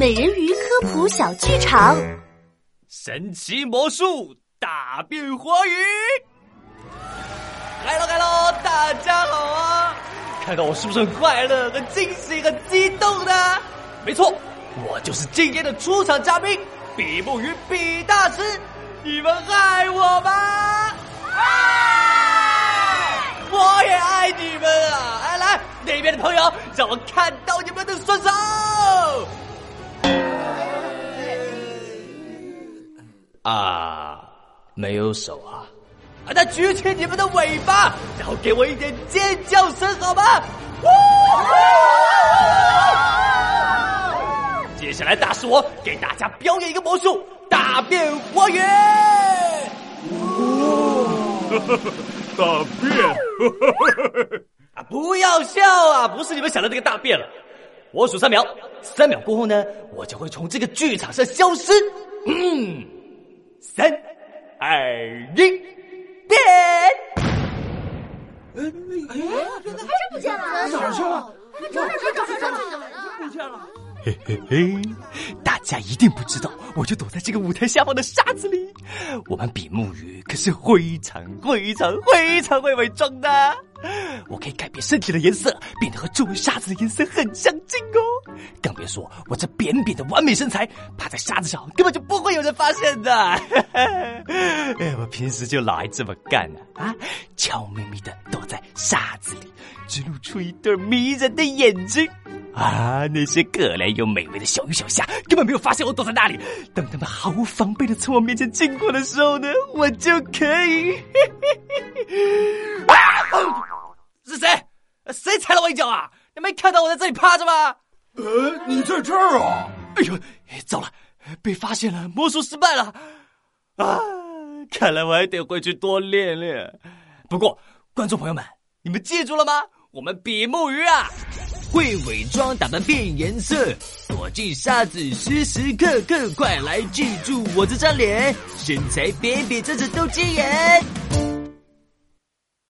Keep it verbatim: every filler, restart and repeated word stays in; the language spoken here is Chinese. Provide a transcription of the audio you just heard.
美人鱼科普小剧场， 神奇魔术大变活鱼。来喽来喽，大家好啊！看看我是不是很快乐、很惊喜、很激动呢？没错，我就是今天的出场嘉宾比目鱼比大师，你们爱我吗？爱！我也爱你们啊！哎，来那边的朋友，让我看到你们的双手。啊，没有手啊！啊，那举起你们的尾巴，然后给我一点尖叫声好吗？接下来大是我给大家表演一个魔术，大变活鱼。 大便啊！不要笑啊！不是你们想的那个大便了。我数三秒，三秒过后呢，我就会从这个剧场上消失。嗯，三、二、一，变！ 哎哎，不见了，哪儿去了？找找找找找找不见了。 嘿嘿嘿，大家一定不知道，我就躲在这个舞台下方的沙子里。我们比目鱼可是非常非常非常会伪装的，我可以改变身体的颜色，变得和周围沙子的颜色很相近哦。更别说我这扁扁的完美身材，趴在沙子上根本就不会有人发现的。哎，我平时就老爱这么干啊啊！悄咪咪的躲在沙子里，只露出一对迷人的眼睛。啊，那些可怜又美味的小鱼小虾根本没有发现我躲在那里。当他们毫无防备的从我面前经过的时候呢，我就可以啊！是谁？谁踩了我一脚啊？你没看到我在这里趴着吗？ 呃，你在这儿啊？ 哎呦，糟了，被发现了，魔术失败了啊！看来我还得回去多练练。不过，观众朋友们，你们记住了吗？我们比目鱼啊，会伪装打扮变颜色，躲进沙子，时时刻刻快来记住我这张脸，身材扁扁正直都接眼。